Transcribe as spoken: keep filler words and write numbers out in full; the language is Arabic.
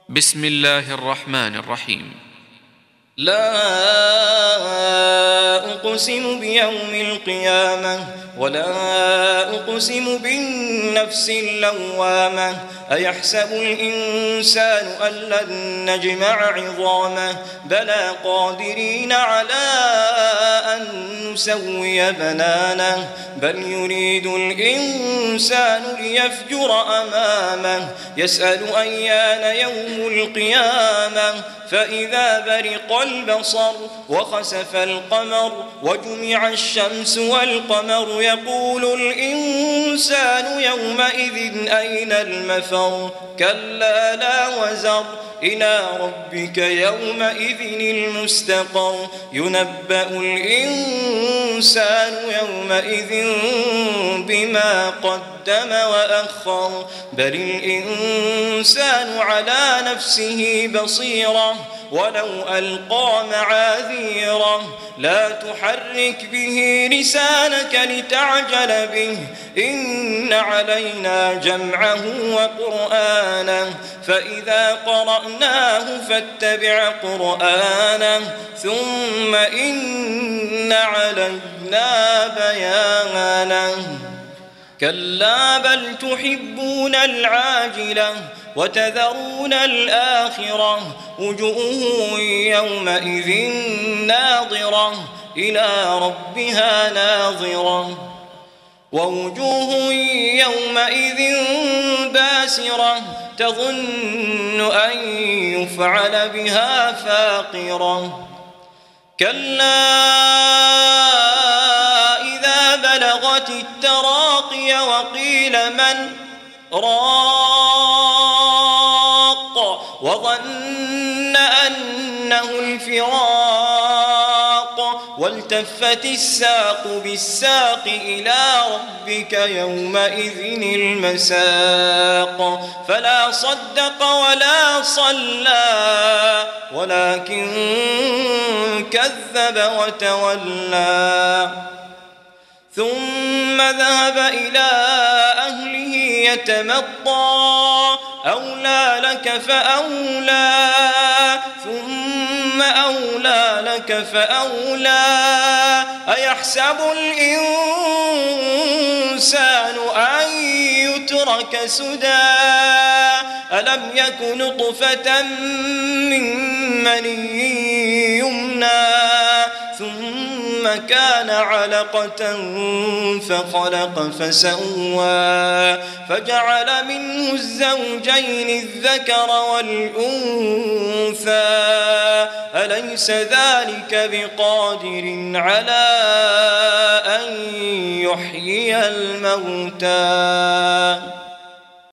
بسم الله الرحمن الرحيم. لا أقسم بيوم القيامة ولا أقسم بالنفس اللوامة أيحسب الإنسان أن لن نجمع عظامه بلى قادرين على أن نسوي بنانه بل يريد الإنسان ليفجر أمامه يسأل أيان يوم القيامة فإذا برق البصر وخسف القمر وجمع الشمس والقمر يقول الإنسان يومئذ أين المفر كلا لا وزر إلى ربك يومئذ المستقر ينبأ الإنسان يومئذ بما قدم وأخر بل الإنسان على نفسه بصيرة ولو ألقى معاذيره لا تحرك به لسانك لتعجل به إن علينا جمعه وقرآنه فإذا قرأناه فاتبع قرآنه ثم إن علينا بيانه كلا بل تحبون العاجلة وتذرون الآخرة وجوه يومئذ ناظرة إلى ربها ناظرة ووجوه يومئذ باسرة تظن أن يفعل بها فاقرة كلا إذا بلغت التراقي وقيل من راق وظن أنه الفراق والتفت الساق بالساق إلى ربك يومئذ المساق فلا صدق ولا صلى ولكن كذب وتولى ثم ذهب إلى أهله يتمطى أولى لك فأولى ثم أولى لك فأولى أيحسب الإنسان أن يترك سدى ألم يك نطفة من مني يمنى ثم كان علقة فخلق فسوى فجعل منه الزوجين الذكر والأنثى أليس ذلك بقادر على أن يحيي الموتى